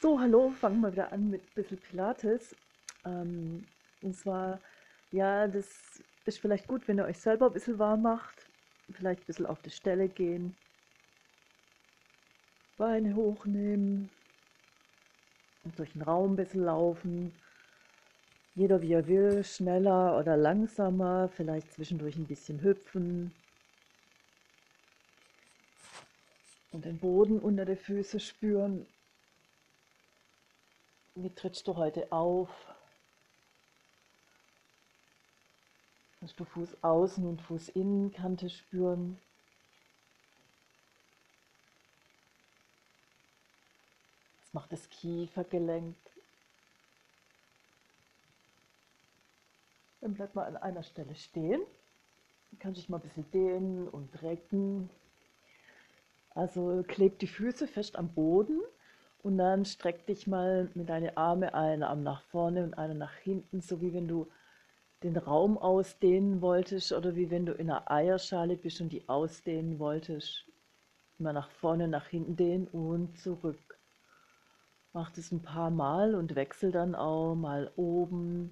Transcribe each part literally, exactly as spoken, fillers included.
So, hallo, fangen wir wieder an mit ein bisschen Pilates. Ähm, und zwar, ja, das ist vielleicht gut, wenn ihr euch selber ein bisschen warm macht. Vielleicht ein bisschen auf die Stelle gehen, Beine hochnehmen und durch den Raum ein bisschen laufen. Jeder wie er will, schneller oder langsamer, vielleicht zwischendurch ein bisschen hüpfen und den Boden unter den Füßen spüren. Wie trittst du heute auf? Kannst du Fuß außen und Fuß Innenkante spüren? Was macht das Kiefergelenk? Dann bleib mal an einer Stelle stehen. Dann kannst du dich mal ein bisschen dehnen und recken. Also kleb die Füße fest am Boden und dann streck dich mal mit deinen Armen, einen Arm nach vorne und einen nach hinten, so wie wenn du den Raum ausdehnen wolltest oder wie wenn du in einer Eierschale bist und die ausdehnen wolltest. Immer nach vorne, nach hinten dehnen und zurück. Mach das ein paar Mal und wechsel dann auch mal oben,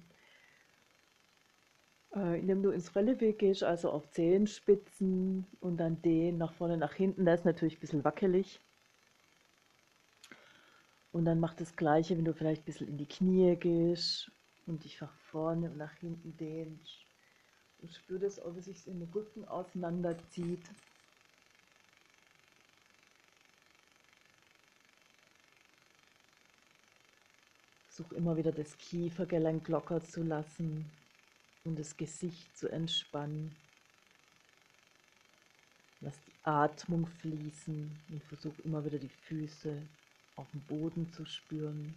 äh, indem du ins Relevé gehst, also auf Zehenspitzen und dann den nach vorne, nach hinten. Das ist natürlich ein bisschen wackelig. Und dann mach das Gleiche, wenn du vielleicht ein bisschen in die Knie gehst und dich nach vorne und nach hinten dehnst. Und spür das auch, wie sich im Rücken auseinanderzieht. Versuch immer wieder das Kiefergelenk locker zu lassen und das Gesicht zu entspannen. Lass die Atmung fließen und versuch immer wieder die Füße auf dem Boden zu spüren.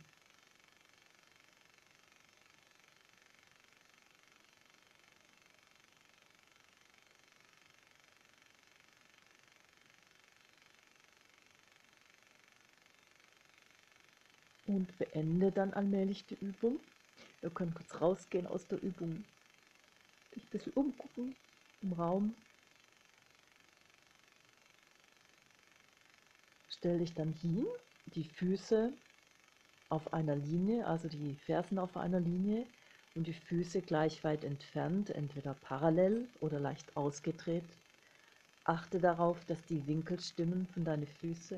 Und beende dann allmählich die Übung. Wir können kurz rausgehen aus der Übung, dich ein bisschen umgucken im Raum. Stell dich dann hin, die Füße auf einer Linie, also die Fersen auf einer Linie und die Füße gleich weit entfernt, entweder parallel oder leicht ausgedreht. Achte darauf, dass die Winkel stimmen von deinen Füßen.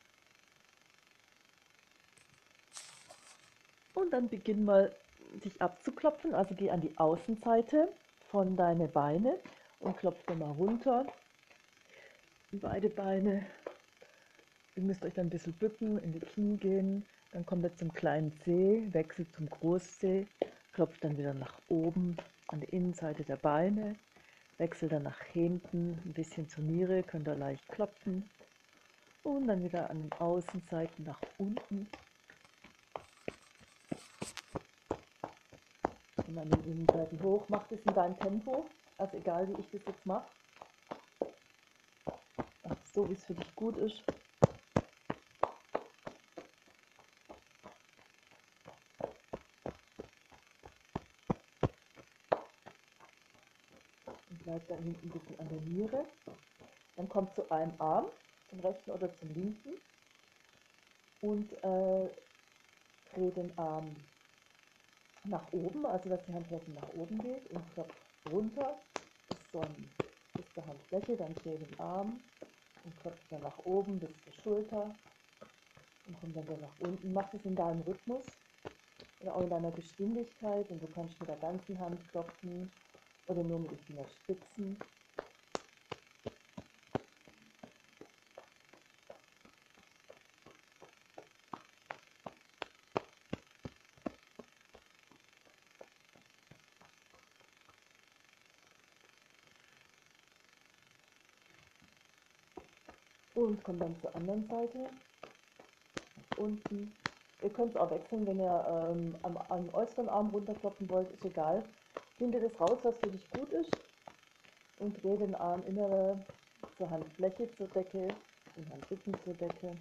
Und dann beginn mal dich abzuklopfen, also geh an die Außenseite von deinen Beinen und klopf dir mal runter. Beide Beine. Ihr müsst euch dann ein bisschen bücken, in die Knie gehen. Dann kommt ihr zum kleinen Zeh, wechselt zum Großzeh, klopft dann wieder nach oben an die Innenseite der Beine, wechselt dann nach hinten, ein bisschen zur Niere, könnt ihr leicht klopfen. Und dann wieder an den Außenseiten nach unten. Und an den Innenseiten hoch. Macht es in deinem Tempo, also egal wie ich das jetzt mache. So wie es für dich gut ist. Und bleibt dann hinten ein bisschen an der Niere. Dann kommt zu einem Arm, zum rechten oder zum linken. Und äh, dreh den Arm nach oben, also dass die Handfläche nach oben geht und klopft runter bis, zur, bis zur Handfläche, dann dreh den Arm und klopft dann nach oben bis zur Schulter und kommt dann wieder nach unten. Mach das in deinem Rhythmus oder auch in deiner Geschwindigkeit und du kannst mit der ganzen Hand klopfen oder nur mit den Fingerspitzen. Und kommt dann zur anderen Seite, unten. Ihr könnt es auch wechseln, wenn ihr ähm, am, am äußeren Arm runterklopfen wollt, ist egal. Finde das raus, was für dich gut ist und drehe den Arm immer zur Handfläche zur Decke, den Handrücken zur Decke.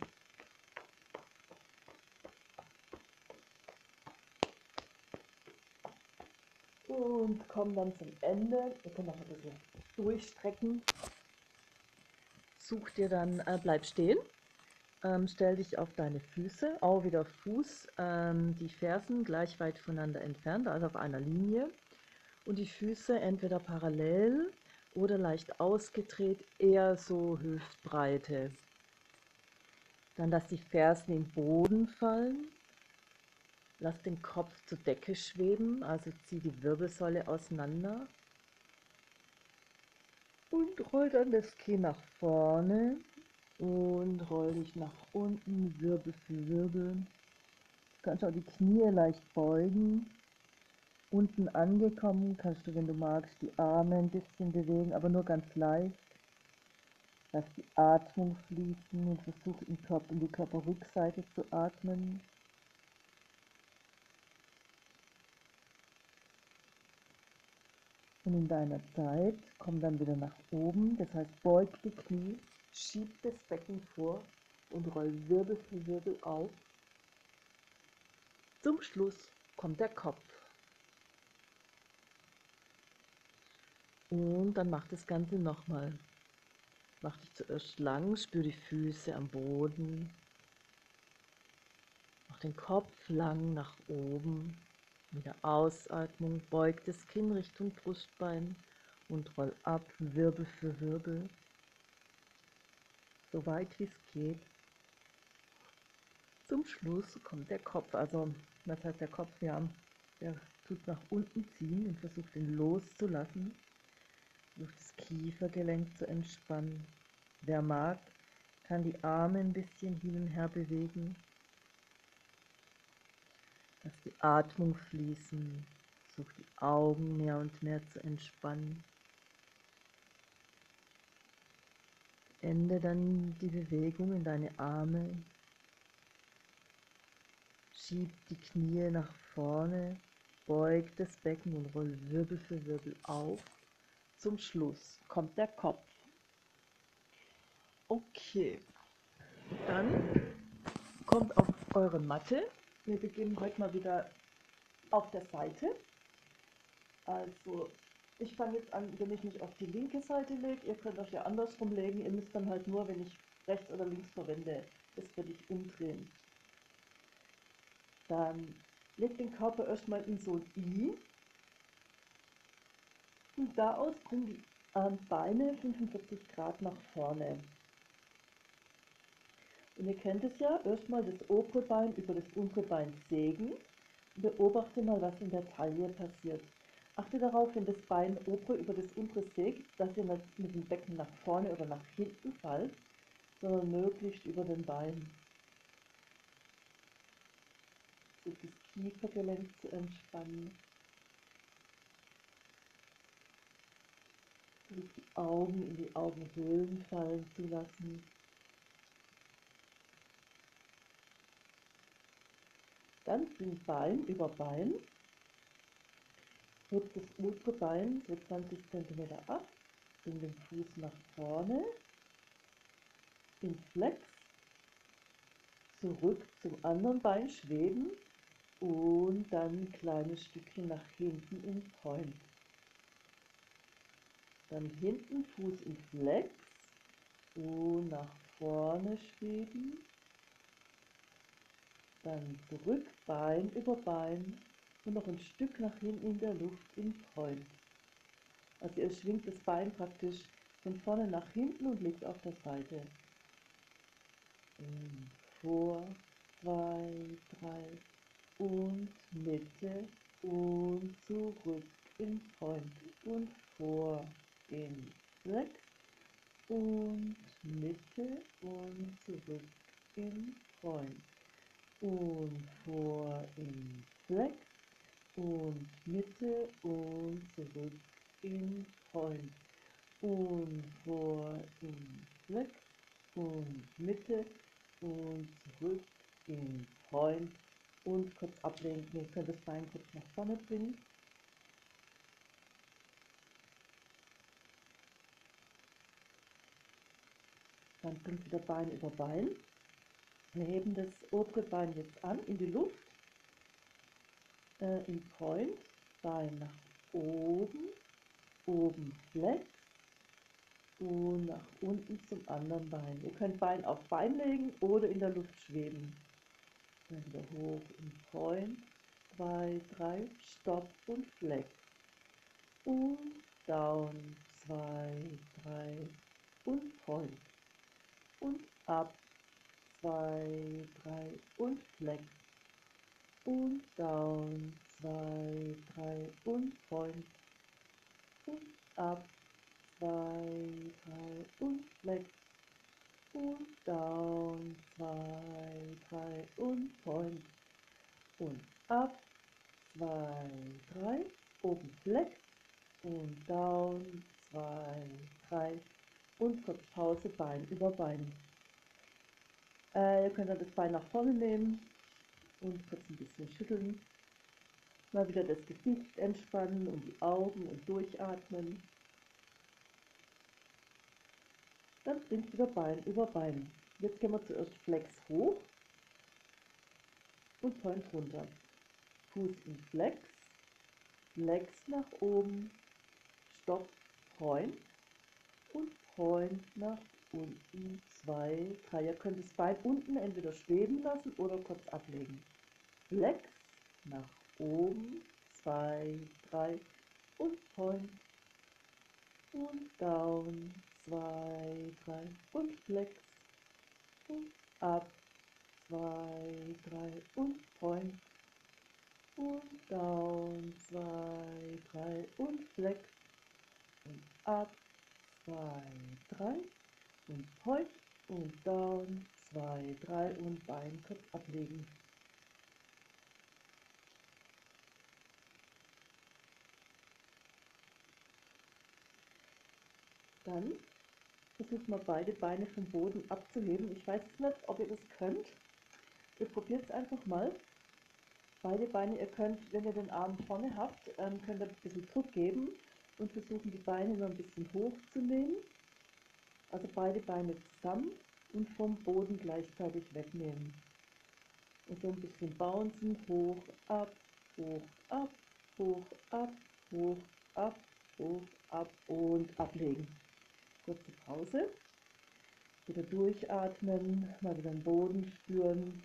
Und komm dann zum Ende. Ihr könnt noch ein bisschen durchstrecken. Such dir dann, äh, bleib stehen. ähm, stell dich auf deine Füße, auch wieder Fuß, ähm, die Fersen gleich weit voneinander entfernt, also auf einer Linie. Und die Füße entweder parallel oder leicht ausgedreht, eher so Hüftbreite. Dann lass die Fersen in den Boden fallen. Lass den Kopf zur Decke schweben, also zieh die Wirbelsäule auseinander. Und roll dann das Kinn nach vorne und roll dich nach unten, Wirbel für Wirbel. Du kannst auch die Knie leicht beugen. Unten angekommen kannst du, wenn du magst, die Arme ein bisschen bewegen, aber nur ganz leicht. Lass die Atmung fließen und versuch in, Körper, in die Körperrückseite zu atmen. Und in deiner Zeit komm dann wieder nach oben, das heißt beug die Knie, schieb das Becken vor und roll Wirbel für Wirbel auf. Zum Schluss kommt der Kopf. Und dann mach das Ganze nochmal. Mach dich zuerst lang, spür die Füße am Boden. Mach den Kopf lang nach oben. Mit der Ausatmung beug das Kinn Richtung Brustbein und roll ab, Wirbel für Wirbel, so weit wie es geht. Zum Schluss kommt der Kopf, also was heißt der Kopf? Ja, der tut nach unten ziehen und versucht den loszulassen, versucht das Kiefergelenk zu entspannen. Wer mag, kann die Arme ein bisschen hin und her bewegen. Lass die Atmung fließen, versuch die Augen mehr und mehr zu entspannen. Ende dann die Bewegung in deine Arme. Schieb die Knie nach vorne, beug das Becken und roll Wirbel für Wirbel auf. Zum Schluss kommt der Kopf. Okay, dann kommt auf eure Matte. Wir beginnen heute mal wieder auf der Seite. Also ich fange jetzt an, wenn ich mich auf die linke Seite lege. Ihr könnt euch ja andersrum legen. Ihr müsst dann halt nur, wenn ich rechts oder links verwende, das für dich umdrehen. Dann legt den Körper erstmal in so ein I. Und da aus bringen die ähm, Beine fünfundvierzig Grad nach vorne. Und ihr kennt es ja, erstmal das obere Bein über das untere Bein sägen. Beobachte mal, was in der Taille passiert. Achte darauf, wenn das Bein obere über das untere sägt, dass ihr nicht mit dem Becken nach vorne oder nach hinten fallt, sondern möglichst über den Bein. So das Kiefergelenk zu entspannen. Die Augen in die Augenhöhlen fallen zu lassen. Dann bring Bein über Bein. Hebt das obere Bein so zwanzig Zentimeter ab. Bring den Fuß nach vorne. In Flex. Zurück zum anderen Bein schweben. Und dann ein kleines Stückchen nach hinten in Point. Dann hinten Fuß in Flex. Und nach vorne schweben. Dann zurück, Bein über Bein und noch ein Stück nach hinten in der Luft in Point. Also ihr schwingt das Bein praktisch von vorne nach hinten und legt auf der Seite. Und vor, zwei, drei und Mitte und zurück in Point und vor in Flex und Mitte und zurück in Point. Und vor in Flex und Mitte und zurück in Point. Und vor in Flex und Mitte und zurück in Point. Und kurz ablenken, ihr könnt das Bein kurz nach vorne bringen. Dann bringt wieder Bein über Bein. Wir heben das obere Bein jetzt an in die Luft. Äh, in Point, Bein nach oben, oben Flex und nach unten zum anderen Bein. Ihr könnt Bein auf Bein legen oder in der Luft schweben. Dann wieder hoch in Point, zwei, drei, Stopp und Flex. Und down, zwei, drei und Point. Und ab, zwei, drei und Flex. Und down, zwei, drei und Point. Und ab, zwei, drei und Flex. Und down, zwei, drei und Point. Und ab, zwei, drei, oben Flex. Und down, zwei, drei und kurz Pause, Bein über Bein. Äh, ihr könnt dann das Bein nach vorne nehmen und kurz ein bisschen schütteln. Mal wieder das Gesicht entspannen und die Augen und durchatmen. Dann bringt wieder Bein über Bein. Jetzt gehen wir zuerst Flex hoch und Point runter. Fuß in Flex, Flex nach oben, Stopp, Point und Point nach unten, zwei, drei. Ihr könnt das Bein unten entweder schweben lassen oder kurz ablegen. Flex nach oben, zwei, drei und Point und down, zwei, drei und Flex und ab, zwei, drei und Point und down, zwei, drei und Flex und ab, zwei, drei und Point und down, zwei, drei und Bein kurz ablegen. Dann versucht mal beide Beine vom Boden abzuheben. Ich weiß nicht, ob ihr das könnt. Ihr probiert es einfach mal. Beide Beine, ihr könnt, wenn ihr den Arm vorne habt, ähm, könnt ihr ein bisschen Druck geben und versuchen die Beine nur ein bisschen hoch zu nehmen. Also beide Beine zusammen und vom Boden gleichzeitig wegnehmen. Und so ein bisschen bouncen, hoch, ab, hoch, ab, hoch, ab, hoch, ab, hoch, ab und ablegen. Kurze Pause. Wieder durchatmen, mal wieder den Boden spüren.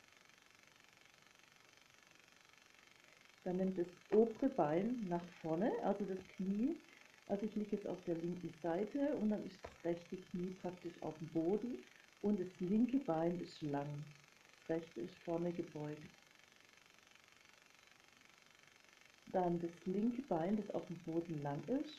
Dann nimmt das obere Bein nach vorne, also das Knie. Also ich liege jetzt auf der linken Seite und dann ist das rechte Knie praktisch auf dem Boden und das linke Bein ist lang. Das rechte ist vorne gebeugt. Dann das linke Bein, das auf dem Boden lang ist,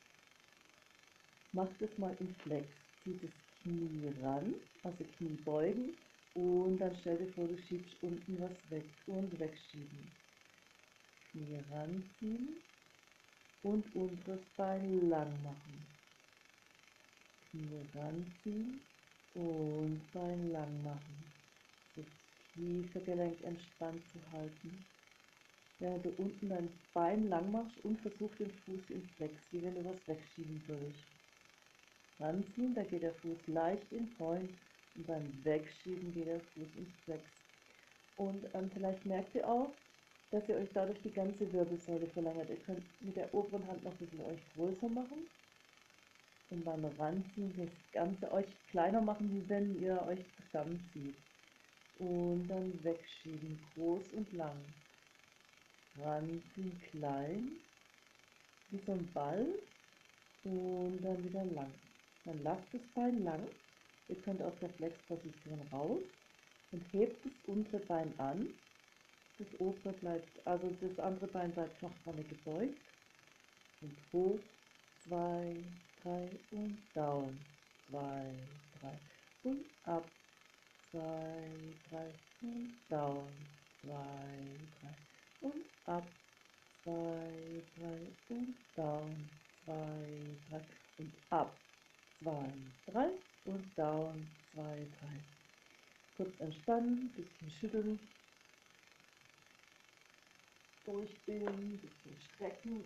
macht es mal in Flex. Zieht das Knie ran, also Knie beugen und dann stell dir vor, du schiebst unten was weg und wegschieben. Knie ranziehen und unteres Bein lang machen. Knie ranziehen und Bein lang machen. Das Kiefergelenk entspannt zu halten. Während du unten dein Bein lang machst und versuch den Fuß in Flex, wie wenn du was wegschieben würdest. Ranziehen, da geht der Fuß leicht in Point und beim Wegschieben geht der Fuß in Flex. Und ähm, vielleicht merkt ihr auch, dass ihr euch dadurch die ganze Wirbelsäule verlängert. Ihr könnt mit der oberen Hand noch ein bisschen euch größer machen und beim Ranziehen das Ganze euch kleiner machen, wie wenn ihr euch zusammenzieht. Und dann wegschieben, groß und lang. Ranziehen, klein, wie so ein Ball und dann wieder lang. Dann lasst das Bein lang. Ihr könnt aus der Flexposition raus und hebt das untere Bein an. Das obere bleibt, also das andere Bein bleibt nach vorne gebeugt. Und hoch, zwei, drei und down. Zwei, drei und ab. Zwei, drei und down. Zwei, drei und ab. Zwei, drei und down. Zwei, drei und ab. Zwei, drei und down. Zwei, drei. Kurz entspannen, bisschen schütteln. Durchdehnen, bisschen strecken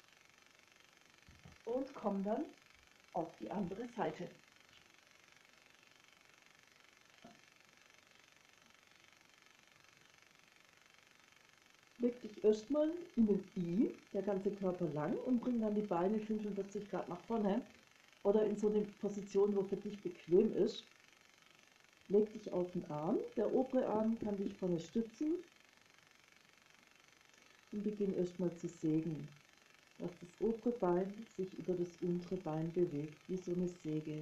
und kommen dann auf die andere Seite. Leg dich erstmal in den I, der ganze Körper lang und bring dann die Beine fünfundvierzig Grad nach vorne oder in so eine Position, wo für dich bequem ist. Leg dich auf den Arm, der obere Arm kann dich vorne stützen und beginn erstmal zu sägen, dass das obere Bein sich über das untere Bein bewegt, wie so eine Säge.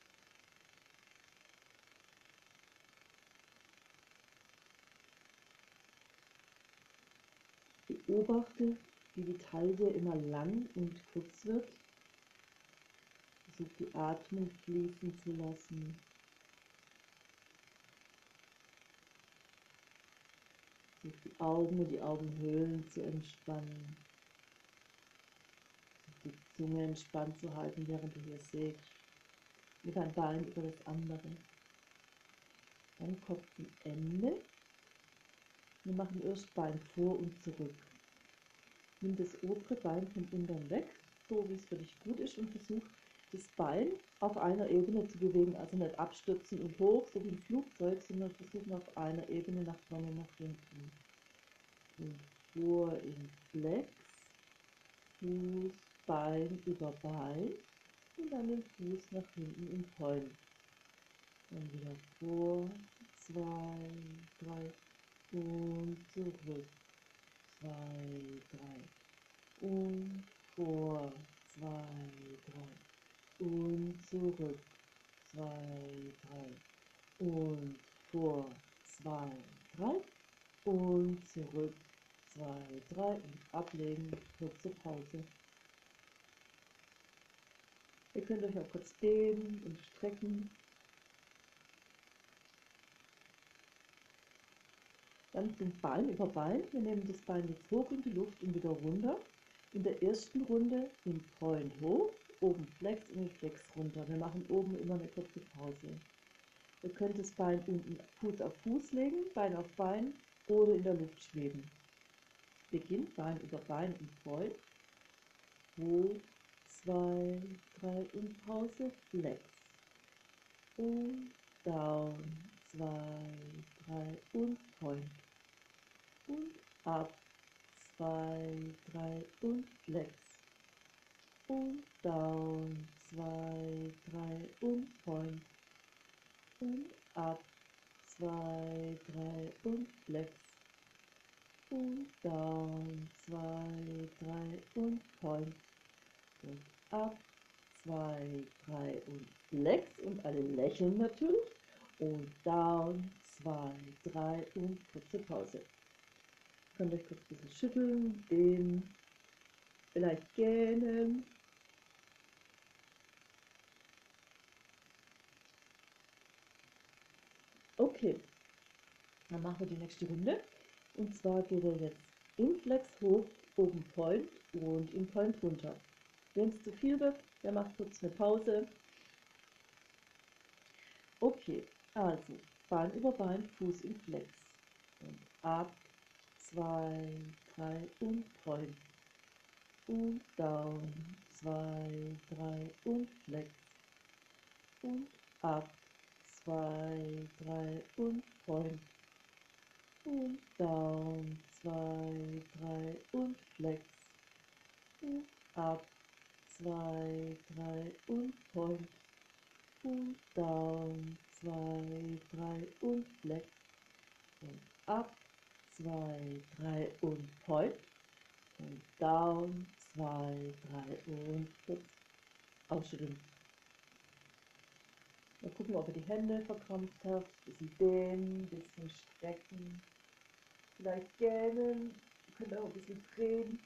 Beobachte, wie die Taille immer lang und kurz wird. Versuch die Atmung fließen zu lassen. Versuch die Augen und die Augenhöhlen zu entspannen. Versuch die Zunge entspannt zu halten, während du hier sägst. Mit ein Bein über das andere. Dann kommt ein Ende. Wir machen erst Bein vor und zurück. Nimm das obere Bein vom unteren weg, so wie es für dich gut ist, und versuch das Bein auf einer Ebene zu bewegen, also nicht abstürzen und hoch, so wie ein Flugzeug, sondern versuchen auf einer Ebene nach vorne, nach hinten. Und vor in Flex, Fuß, Bein über Bein und dann den Fuß nach hinten in Point. Dann wieder vor, zwei, drei und zurück, zwei, drei und vor, zwei, drei und zurück, zwei, drei und vor, zwei, drei und zurück, zwei, drei und ablegen, kurze Pause. Ihr könnt euch auch kurz dehnen und strecken. Dann sind Bein über Bein. Wir nehmen das Bein jetzt hoch in die Luft und wieder runter. In der ersten Runde im Point hoch, oben Flex und den Flex runter. Wir machen oben immer eine kurze Pause. Ihr könnt das Bein unten Fuß auf Fuß legen, Bein auf Bein oder in der Luft schweben. Beginnt Bein über Bein im Point. Hoch, zwei, drei und Pause, Flex. Und down, zwei, drei und Point. Und ab, zwei, drei und Flex. Und down, zwei, drei und Point. Und ab, zwei, drei und Flex. Und down, zwei, drei und Point. Und ab, zwei, drei und Flex. Und alle lächeln natürlich. Und down, zwei, drei und kurze Pause. Könnt euch kurz ein bisschen schütteln, dehnen, vielleicht gähnen. Okay, dann machen wir die nächste Runde. Und zwar geht er jetzt im Flex hoch, oben Point und im Point runter. Wenn es zu viel wird, der macht kurz eine Pause. Okay, also Bein über Bein, Fuß im Flex. Und ab, zwei, drei und Point. Und down, zwei, drei und Flex. Und ab, zwei, drei und Point. Und down, zwei, drei und Flex. Und ab, zwei, drei und Point. Und down, zwei, drei und Flex. Und ab, zwei, drei und Point. Und down, zwei, drei und kurz ausschütteln. Mal gucken, ob ihr die Hände verkrampft habt. Bisschen dehnen, bisschen strecken. Vielleicht gähnen. Ihr könnt auch ein bisschen drehen.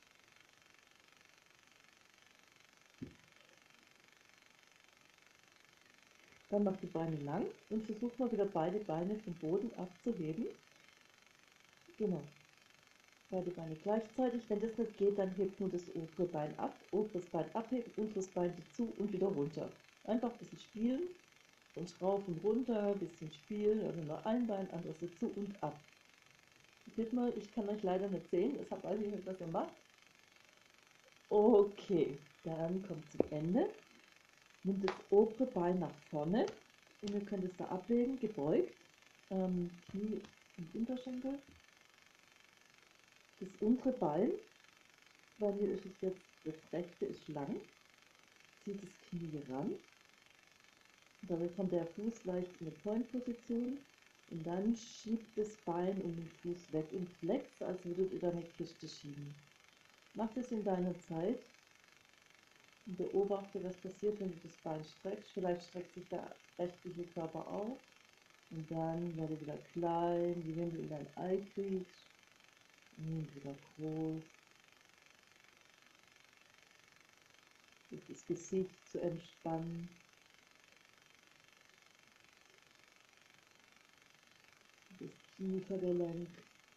Dann macht die Beine lang und versucht mal wieder beide Beine vom Boden abzuheben. Genau. Beide Beine gleichzeitig. Wenn das nicht geht, dann hebt nur das obere Bein ab. Oberes Bein abheben, unteres Bein zu und wieder runter. Einfach ein bisschen spielen. Und rauf und runter, ein bisschen spielen. Oder nur ein Bein, anderes dazu und ab. Seht mal, ich kann euch leider nicht sehen. Deshalb weiß ich nicht, was ihr macht. Okay, dann kommt zum Ende. Nimmt das obere Bein nach vorne. Und ihr könnt es da ablegen, gebeugt. Ähm, Knie und Unterschenkel. Das untere Bein, weil hier ist es jetzt, das rechte ist lang, zieht das Knie ran. Dabei kommt der Fuß leicht in eine Point-Position und dann schiebt das Bein um den Fuß weg und flex, als würdet ihr da eine Kiste schieben. Mach das in deiner Zeit und beobachte, was passiert, wenn du das Bein streckst. Vielleicht streckt sich der rechtliche Körper auf und dann werde wieder klein, wie wenn du in dein Ei kriegst und wieder groß. Das Gesicht zu entspannen. Das Kiefergelenk.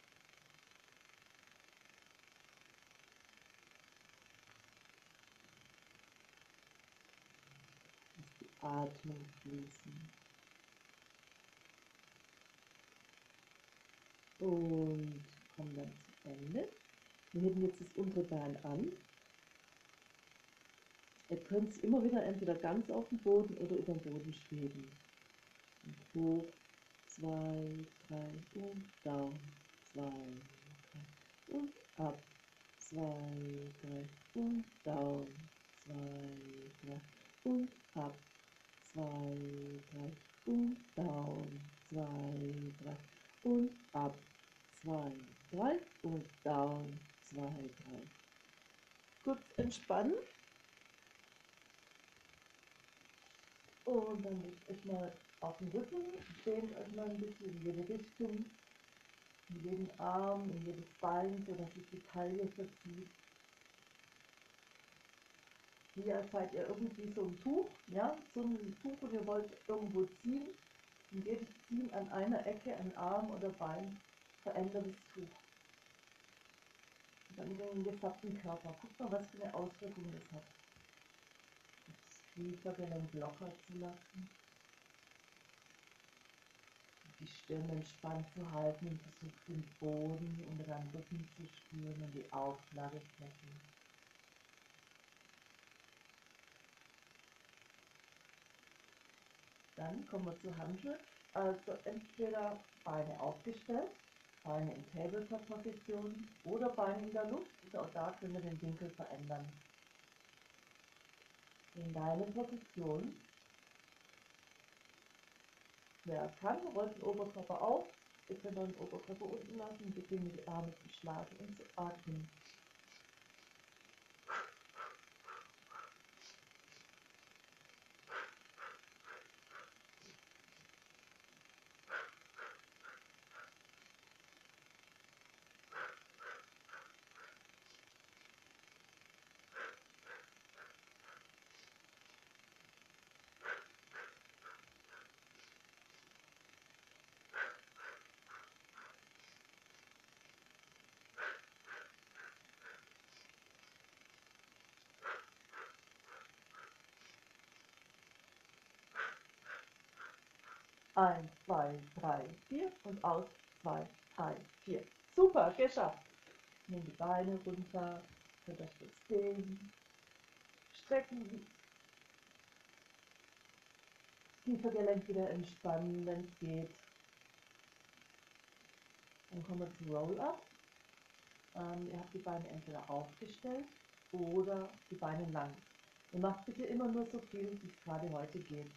Lass die Atmung fließen. Und kommen dann zum Ende. Wir heben jetzt das untere Bein an. Ihr könnt es immer wieder entweder ganz auf dem Boden oder über den Boden schweben. Und hoch, zwei, drei und down, zwei, drei und ab, zwei, drei und down, zwei, drei und ab, zwei, drei und down, zwei, drei und ab, zwei, drei und down, zwei, drei. Kurz entspannen. Und dann legt euch mal auf den Rücken, dehnt euch mal ein bisschen in jede Richtung, in jeden Arm, in jedes Bein, sodass sich die Taille verzieht. Hier seid ihr irgendwie so ein Tuch, ja, so ein Tuch und ihr wollt irgendwo ziehen. Und jedes Ziehen an einer Ecke, an Arm oder Bein, verändert das Tuch. Und dann den gesamten Körper. Guckt mal, was für eine Auswirkung das hat. Das Kiefergelenk locker zu lassen. Die Stirn entspannt zu halten und versucht den Boden unter deinem Rücken zu spüren und die Aufladeflächen. Dann kommen wir zu Handgrip. Also entweder Beine aufgestellt, Beine in Tabletop-Position oder Beine in der Luft. Und auch da können wir den Winkel verändern. In deine Position. Wer kann, rollt den Oberkörper auf. Ihr könnt den Oberkörper unten lassen und beginnen die Arme zu schlagen und zu atmen. Eins, zwei, drei, vier und aus. Zwei, drei, vier. Super, geschafft. Nehmt die Beine runter, könnt euch kurz dehnen, strecken, Kiefergelenk wieder entspannen, wenn es geht. Dann kommen wir zum Roll-Up. Ähm, ihr habt die Beine entweder aufgestellt oder die Beine lang. Ihr macht bitte immer nur so viel, wie es gerade heute geht.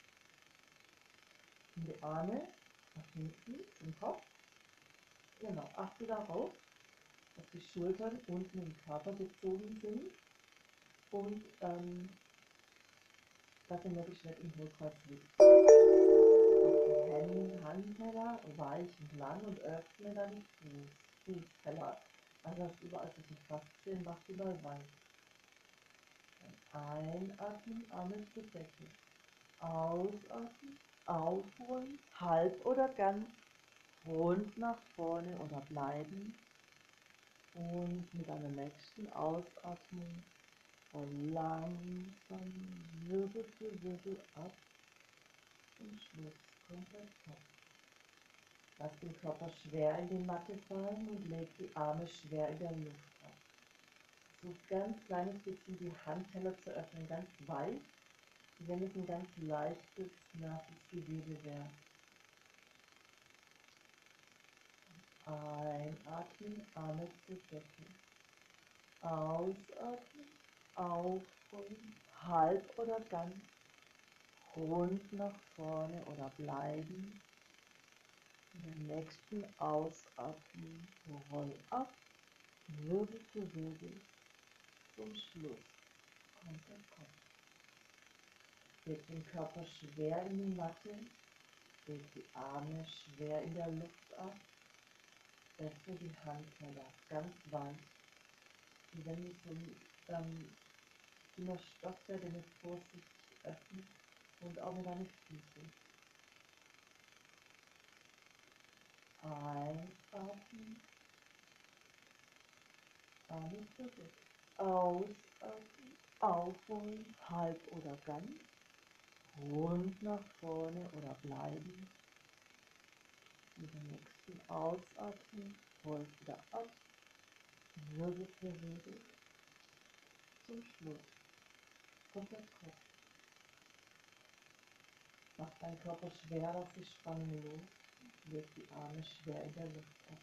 Und die Arme nach hinten zum Kopf. Genau, achte darauf, dass die Schultern unten im Körper gezogen sind und ähm, dass ihr möglichst nicht im Hohlkreuz liegt. Die Hände, Handteller weich und lang und öffne dann die Fuß, Fußteller. Also dass überall so die Faszien macht überall weich. Dann einatmen, Arme zur Decke. Ausatmen, aufholen, halb oder ganz, rund nach vorne oder bleiben. Und mit einer nächsten Ausatmung und langsam Wirbel für Wirbel ab und Schluss komplett ab. Lass den Körper schwer in die Matte fallen und leg die Arme schwer in der Luft ab. So ganz kleines bisschen die Handteller zu öffnen, ganz weich, wie wenn es ein ganz leichtes, nasses Gewebe wäre. Einatmen, Arme zur Decke. Ausatmen, aufholen, halb oder ganz, rund nach vorne oder bleiben. In der nächsten Ausatmung roll ab, Wirbel für Wirbel. Zum Schluss kommt der Kopf. Leg den Körper schwer in die Matte, leg die Arme schwer in der Luft ab, öffne die Handteller ganz weit, wie wenn du so ein ähm, dünner Stoffwelle mit Vorsicht öffnest und auch mit deinen Füßen. Einatmen, Arme zurück. Ausatmen, aufholen, halb oder ganz, rund nach vorne oder bleiben. Mit der nächsten Ausatmung roll wieder ab, Wirbel für Wirbel. Zum Schluss kommt der Kopf. Mach deinen Körper schwer, lass die Spannung los, leg die Arme schwer in der Luft ab.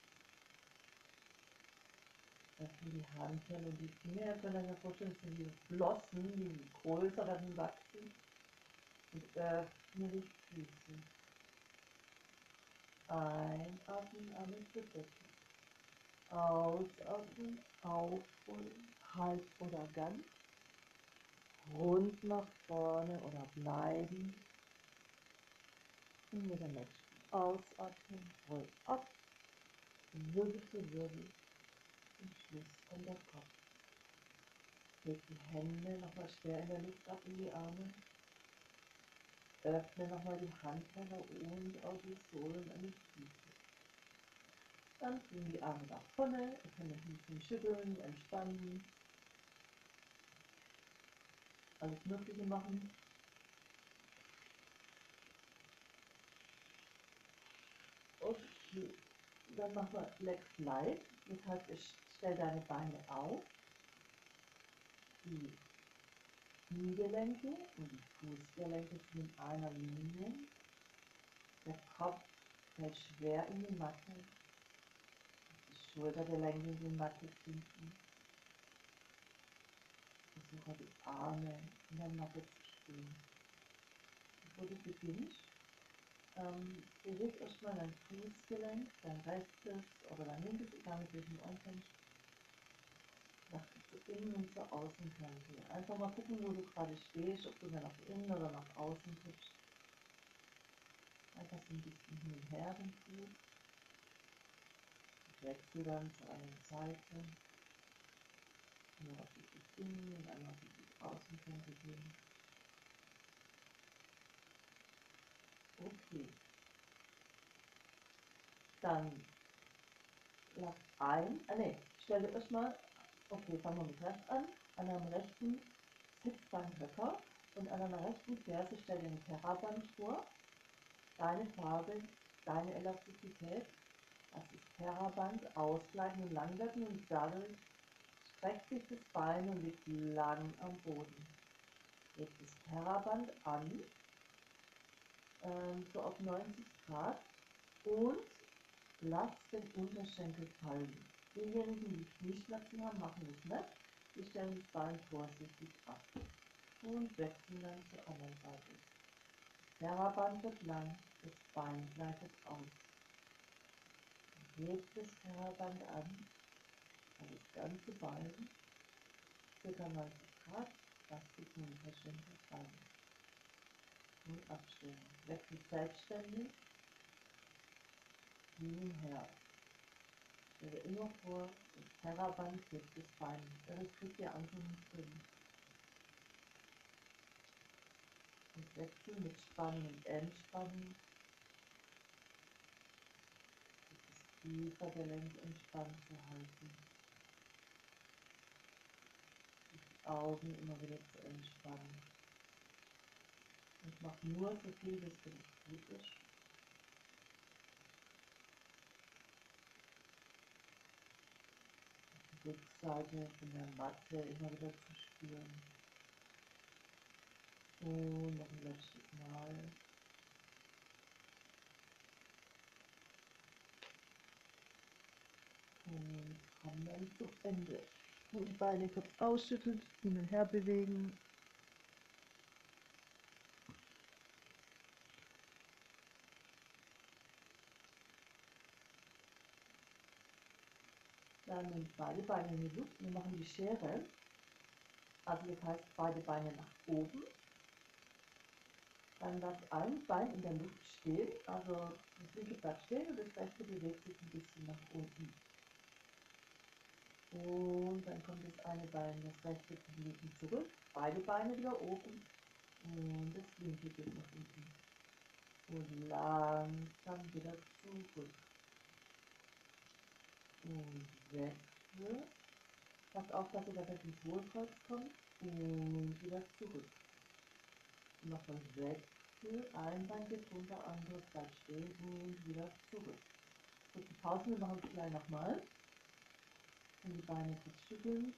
Öffne die Handteller und die Finger, ihr könnt euch ja vorstellen, das sind wie Flossen, die größer werden, wachsen. Und öffne die Füße. Einatmen, Arme zur Decke. Ausatmen, aufholen, halb oder ganz. Rund nach vorne oder bleiben. Und mit der nächsten Ausatmung roll ab, Wirbel für Wirbel. Zum Schluss kommt der Kopf. Leg die Hände nochmal schwer in der Luft ab in die Arme. Öffne nochmal die Handteller und auch die Sohlen an die Füße. Dann bringen die Arme nach vorne. Ihr könnt ein bisschen schütteln, entspannen. Alles Mögliche machen. Okay, dann machen wir Leg Slide. Das heißt, ich stelle deine Beine auf. Die Kniegelenke und die Fußgelenke sind in einer Linie. Der Kopf fällt schwer in die Matte. Die Schultergelenke in die Matte sinken. Versuche die Arme in der Matte zu spüren. Bevor du beginnst, ähm, beweg erstmal dein Fußgelenk, dein rechtes oder dein linkes, egal mit welchem du anfängst, nach zu innen und zur Außenkante. Einfach mal gucken, wo du gerade stehst, ob du mehr nach innen oder nach außen guckst. Einfach so ein bisschen hin und her den Fuß. Ich wechsle dann zu einer Seite. Einmal auf die Innen- und einmal auf die Außenkante gehen. Okay. Dann lass ein, ah ne, stelle erstmal, okay, fangen wir mit rechts an, an einem rechten Sitzbeinhöcker und an einer rechten Ferse stell dir ein Terraband vor, deine Farbe, deine Elastizität, lass das Terraband ausgleichen und lang werden und dadurch streckt sich das Bein und liegt lang am Boden. Leg das Terraband an, ähm, so auf neunzig Grad und lass den Unterschenkel fallen. Diejenigen, die Knieschmerzen haben, machen das nicht. Die stellen das Bein vorsichtig ab und wechseln dann zur anderen Seite. Der Terraband wird lang, das Bein gleitet aus. Hebt das Terraband an, also das ganze Bein, ca. neunzig Grad, lass den Unterschenkel fallen und abstellen. Wechselt selbstständig hin und her. Stelle immer vor, das Terraband hebt das Bein. Das kriegt ihr einfach nicht drin. Und wechseln mit Spannen und Entspannen. Das Kiefergelenk entspannt zu halten. Die Augen immer wieder zu entspannen. Und mach nur so viel, bis für dich gut ist. Die Rückseite von der Matte immer wieder zu spüren. Und noch ein letztes Mal. Und kommen dann zum Ende. Und die Beine kurz ausschütteln, hin und her bewegen. Dann nimmt beide Beine in die Luft. Wir machen die Schere. Also das heißt beide Beine nach oben. Dann lasst ein Bein in der Luft stehen. Also das linke bleibt stehen und das rechte bewegt sich ein bisschen nach unten. Und dann kommt das eine Bein, das rechte zum linken zurück. Beide Beine wieder oben. Und das linke geht nach unten. Und langsam wieder zurück. Und wechsel. Passt auf, dass ihr dabei ins Hohlkreuz kommt. Und wieder zurück. Und nochmal wechsel. Ein Bein geht runter, anderes bleibt stehen und wieder zurück. Kurze Pause, wir machen es gleich nochmal. Und die Beine kurz schütteln.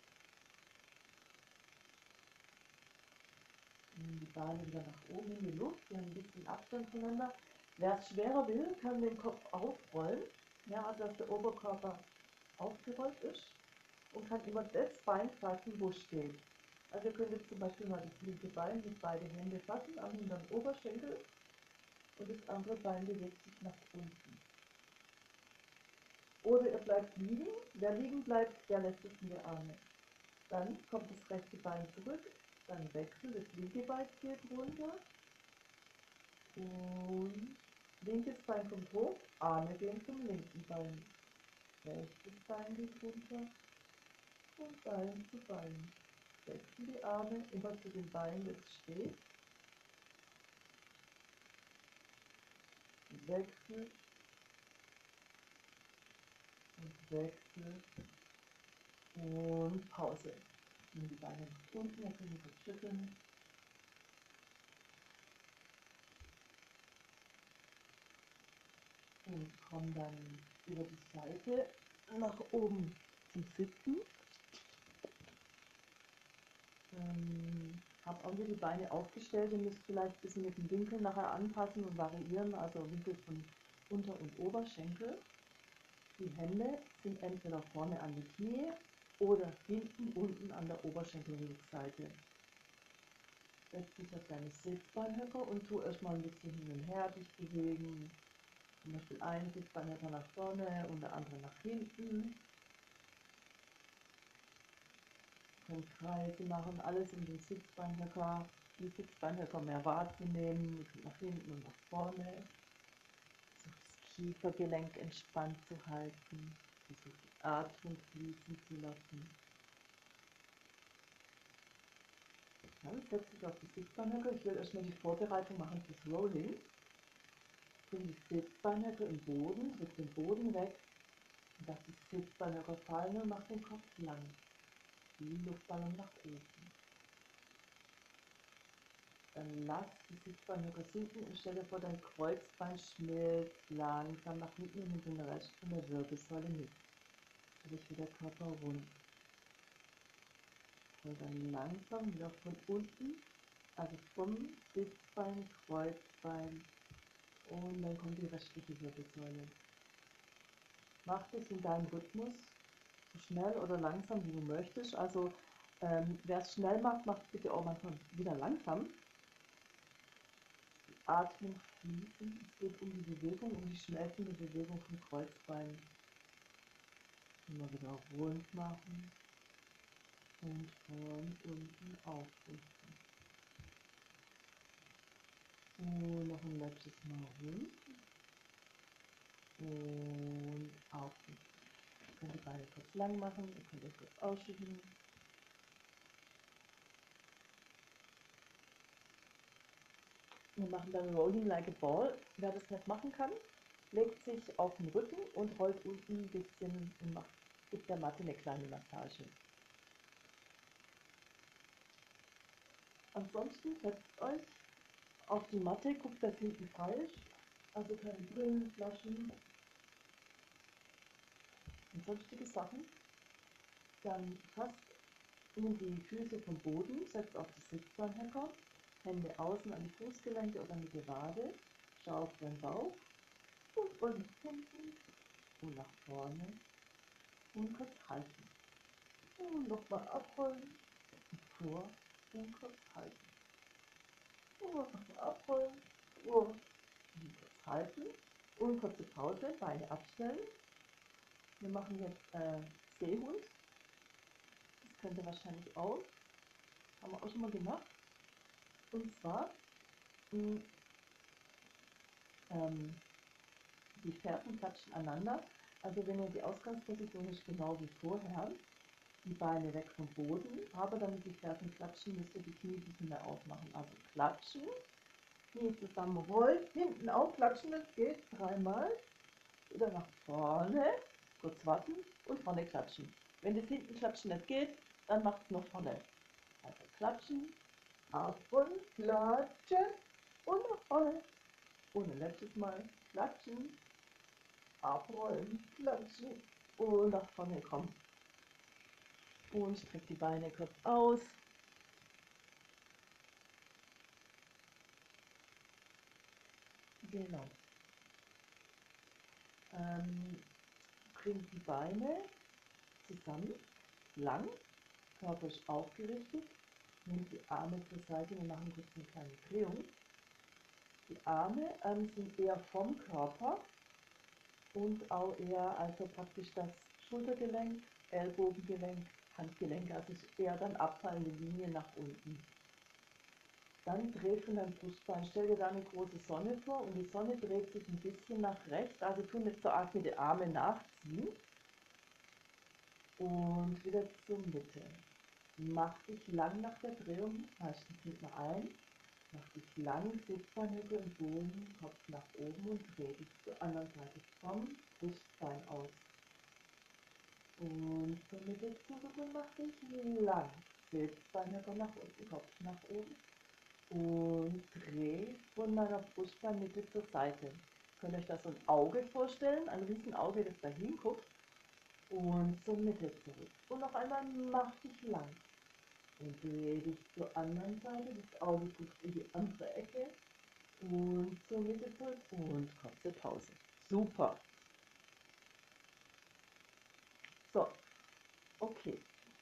Und die Beine wieder nach oben in die Luft. Wir haben ein bisschen Abstand voneinander. Wer es schwerer will, kann den Kopf aufrollen. Ja, also dass der Oberkörper aufgerollt ist. Und kann immer das Bein fassen, wo steht. Also ihr könnt jetzt zum Beispiel mal das linke Bein mit beide Hände fassen, am hinteren Oberschenkel. Und das andere Bein bewegt sich nach unten. Oder ihr bleibt liegen. Wer liegen bleibt, der lässt es in die Arme. Dann kommt das rechte Bein zurück. Dann wechselt, das linke Bein geht runter. Und linkes Bein kommt hoch, Arme gehen zum linken Bein. Rechtes Bein geht runter und Bein zu Bein. Wechseln die Arme immer zu den Beinen, das steht. Wechsel und Wechsel und Pause. Nehmen die Beine nach unten, dann können wir kurz schütteln. Und kommen dann über die Seite nach oben zum Sitzen. Ähm, habe auch hier die Beine aufgestellt. Ihr müsst vielleicht ein bisschen mit dem Winkel nachher anpassen und variieren, also Winkel von Unter- und Oberschenkel. Die Hände sind entweder vorne an die Knie oder hinten unten an der Oberschenkelrückseite. Setz dich auf deine Sitzbeinhöcker und tu erstmal ein bisschen hin und her dich bewegen. Zum Beispiel ein Sitzbeinhöcker nach vorne und der andere nach hinten. Ihr könnt Kreise machen, alles in den Sitzbeinhöcker. Die Sitzbeinhöcker mehr wahrzunehmen. Ihr könnt nach hinten und nach vorne. Versucht das Kiefergelenk entspannt zu halten. Versucht die Atmung fließen zu lassen. Dann setze ich auf die Sitzbeinhöcker. Ich will erstmal die Vorbereitung machen fürs Rolling. Bring die Sitzbeinhöcker im Boden, drück den Boden weg. Und lass die Sitzbeinhöcker fallen und mach den Kopf lang. Die Luftballon nach oben. Dann lass die Sitzbeinhöcker sinken und stell dir vor, dein Kreuzbein schmilzt langsam nach hinten und den Rest von der Wirbelsäule mit. Stell dich wieder Körper rund. Und dann langsam wieder von unten, also vom Sitzbein, Kreuzbein und dann kommt die restliche Wirbelsäule. Mach das in deinem Rhythmus, so schnell oder langsam wie du möchtest. Also ähm, wer es schnell macht, macht bitte auch manchmal wieder langsam. Atmung fließen. Es geht um die Bewegung, um die schmelzende Bewegung vom Kreuzbein. Immer wieder rund machen und von unten aufrichten. Und noch ein letztes Mal rund und aufrichten. Ihr könnt die Beine kurz lang machen, ihr könnt euch kurz ausschütteln. Wir machen dann Rolling like a Ball. Wer das nicht machen kann, legt sich auf den Rücken und rollt unten ein bisschen und macht, gibt der Matte eine kleine Massage. Ansonsten setzt euch auf die Matte, guckt, dass hinten frei ist. Also keine Brillen, Flaschen und sonstige Sachen. Dann fasst nun die Füße vom Boden, setzt auf die Sitzbeinhöcker, Hände außen an die Fußgelenke oder mit der Wade, schau auf den Bauch und roll nach hinten und nach vorne und kurz halten. Und nochmal abrollen und vor und kurz halten. Und nochmal abrollen, vor und kurz halten. Und kurze Pause, Beine abstellen. Wir machen jetzt äh, Seehund. Das könnt ihr wahrscheinlich auch. Haben wir auch schon mal gemacht. Und zwar mh, ähm, die Fersen klatschen aneinander. Also wenn ihr die Ausgangsposition ist genau wie vorher, die Beine weg vom Boden, aber damit die Fersen klatschen, müsst ihr die Knie ein bisschen mehr aufmachen. Also klatschen, Knie zusammenrollen, hinten auch klatschen, das geht dreimal. Wieder nach vorne, kurz warten und vorne klatschen. Wenn das hinten klatschen nicht geht, dann macht es noch vorne. Also klatschen, ab und klatschen und nach vorne. Und ein letztes Mal klatschen, abrollen, klatschen und nach vorne kommen. Und streckt die Beine kurz aus. Genau. Ähm, bringt die Beine zusammen, lang, Körper ist aufgerichtet. Nehmt die Arme zur Seite, wir machen kurz eine kleine Drehung. Die Arme ähm, sind eher vom Körper und auch eher also praktisch das Schultergelenk, Ellbogengelenk, Handgelenk, also ist eher dann abfallende Linie nach unten. Dann dreht von deinem Brustbein, stell dir da eine große Sonne vor und die Sonne dreht sich ein bisschen nach rechts, also tu nicht so arg mit den Armen nachziehen und wieder zur Mitte. Mach dich lang nach der Drehung, meistens mit mal ein. Mach dich lang, Sitzbeinhöcker im Boden, Kopf nach oben und dreh dich zur anderen Seite vom Brustbein aus. Und zur Mitte zurück und mach dich lang. Sitzbeinhöcker nach unten, Kopf nach oben. Und dreh von meiner Brustbeinmitte zur Seite. Könnt ihr euch da so ein Auge vorstellen, ein Riesenauge, das da hinguckt. Und zur Mitte zurück. Und noch einmal mach dich lang. Und dreh dich zur anderen Seite, das Auge guckt in die andere Ecke und zur Mitte zurück und kurze Pause. Super. So, okay.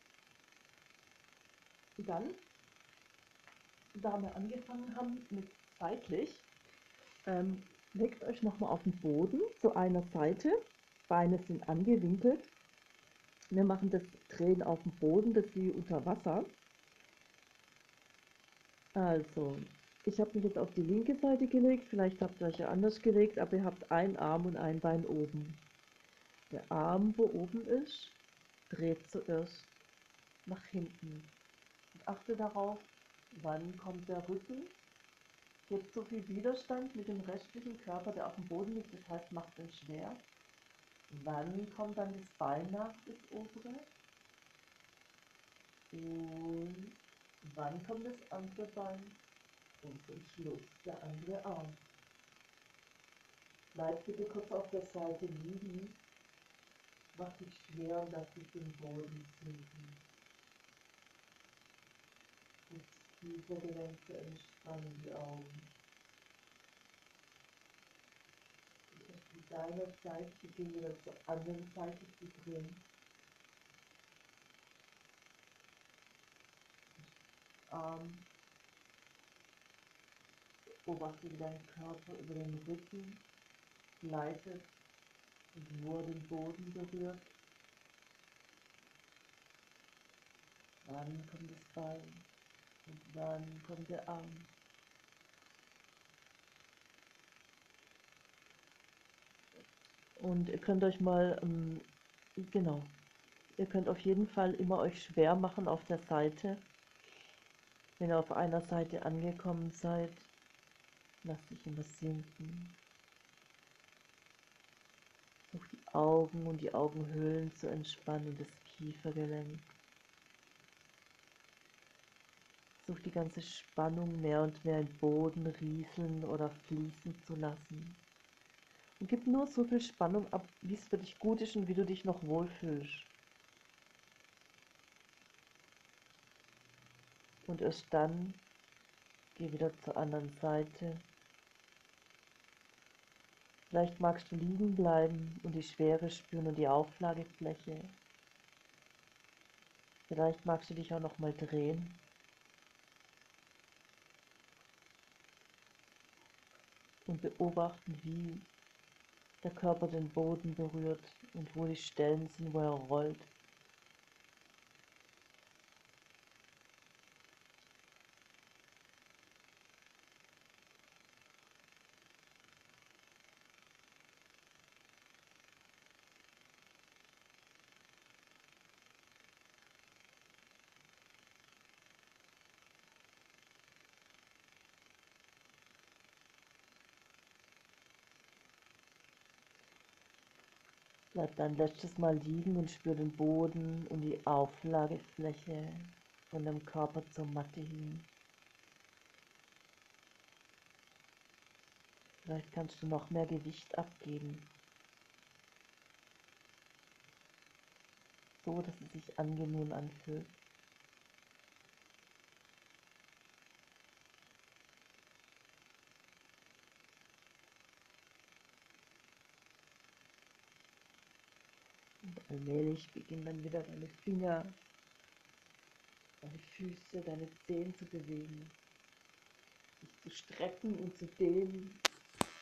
Dann, da wir angefangen haben mit seitlich, ähm, legt euch nochmal auf den Boden zu einer Seite. Beine sind angewinkelt. Wir machen das Drehen auf dem Boden, das ist wie unter Wasser. Also, ich habe mich jetzt auf die linke Seite gelegt, vielleicht habt ihr euch ja anders gelegt, aber ihr habt einen Arm und ein Bein oben. Der Arm, wo oben ist, dreht zuerst nach hinten. Und achte darauf, wann kommt der Rücken. Gebt so viel Widerstand mit dem restlichen Körper, der auf dem Boden liegt, das heißt, macht den schwer. Wann kommt dann das Bein nach, das obere? Und wann kommt das andere Bein? Und zum Schluss der andere Arm. Bleib bitte kurz auf der Seite liegen. Mach dich schwer und lass dich den Boden sinken. Das Kiefergelenk zu entspannen, die Augen. Mit deiner Zeit beginne wieder zur anderen Seite zu drehen. Arm. Beobachte, wie dein Körper über den Rücken gleitet und wo er den Boden berührt. Wann kommt das Bein und wann kommt der Arm. Und ihr könnt euch mal, ähm, genau, ihr könnt auf jeden Fall immer euch schwer machen auf der Seite. Wenn ihr auf einer Seite angekommen seid, lasst dich immer sinken. Versucht die Augen und die Augenhöhlen zu entspannen, das Kiefergelenk. Versucht die ganze Spannung mehr und mehr im Boden rieseln oder fließen zu lassen. Und gib nur so viel Spannung ab, wie es für dich gut ist und wie du dich noch wohlfühlst. Und erst dann geh wieder zur anderen Seite. Vielleicht magst du liegen bleiben und die Schwere spüren und die Auflagefläche. Vielleicht magst du dich auch noch mal drehen. Und beobachten, wie der Körper den Boden berührt und wo die Stellen sind, wo er rollt. Bleib dann letztes Mal liegen und spür den Boden und die Auflagefläche von dem Körper zur Matte hin. Vielleicht kannst du noch mehr Gewicht abgeben, so dass es sich angenehm anfühlt. Und allmählich beginnen dann wieder deine Finger, deine Füße, deine Zehen zu bewegen, sich zu strecken und zu dehnen.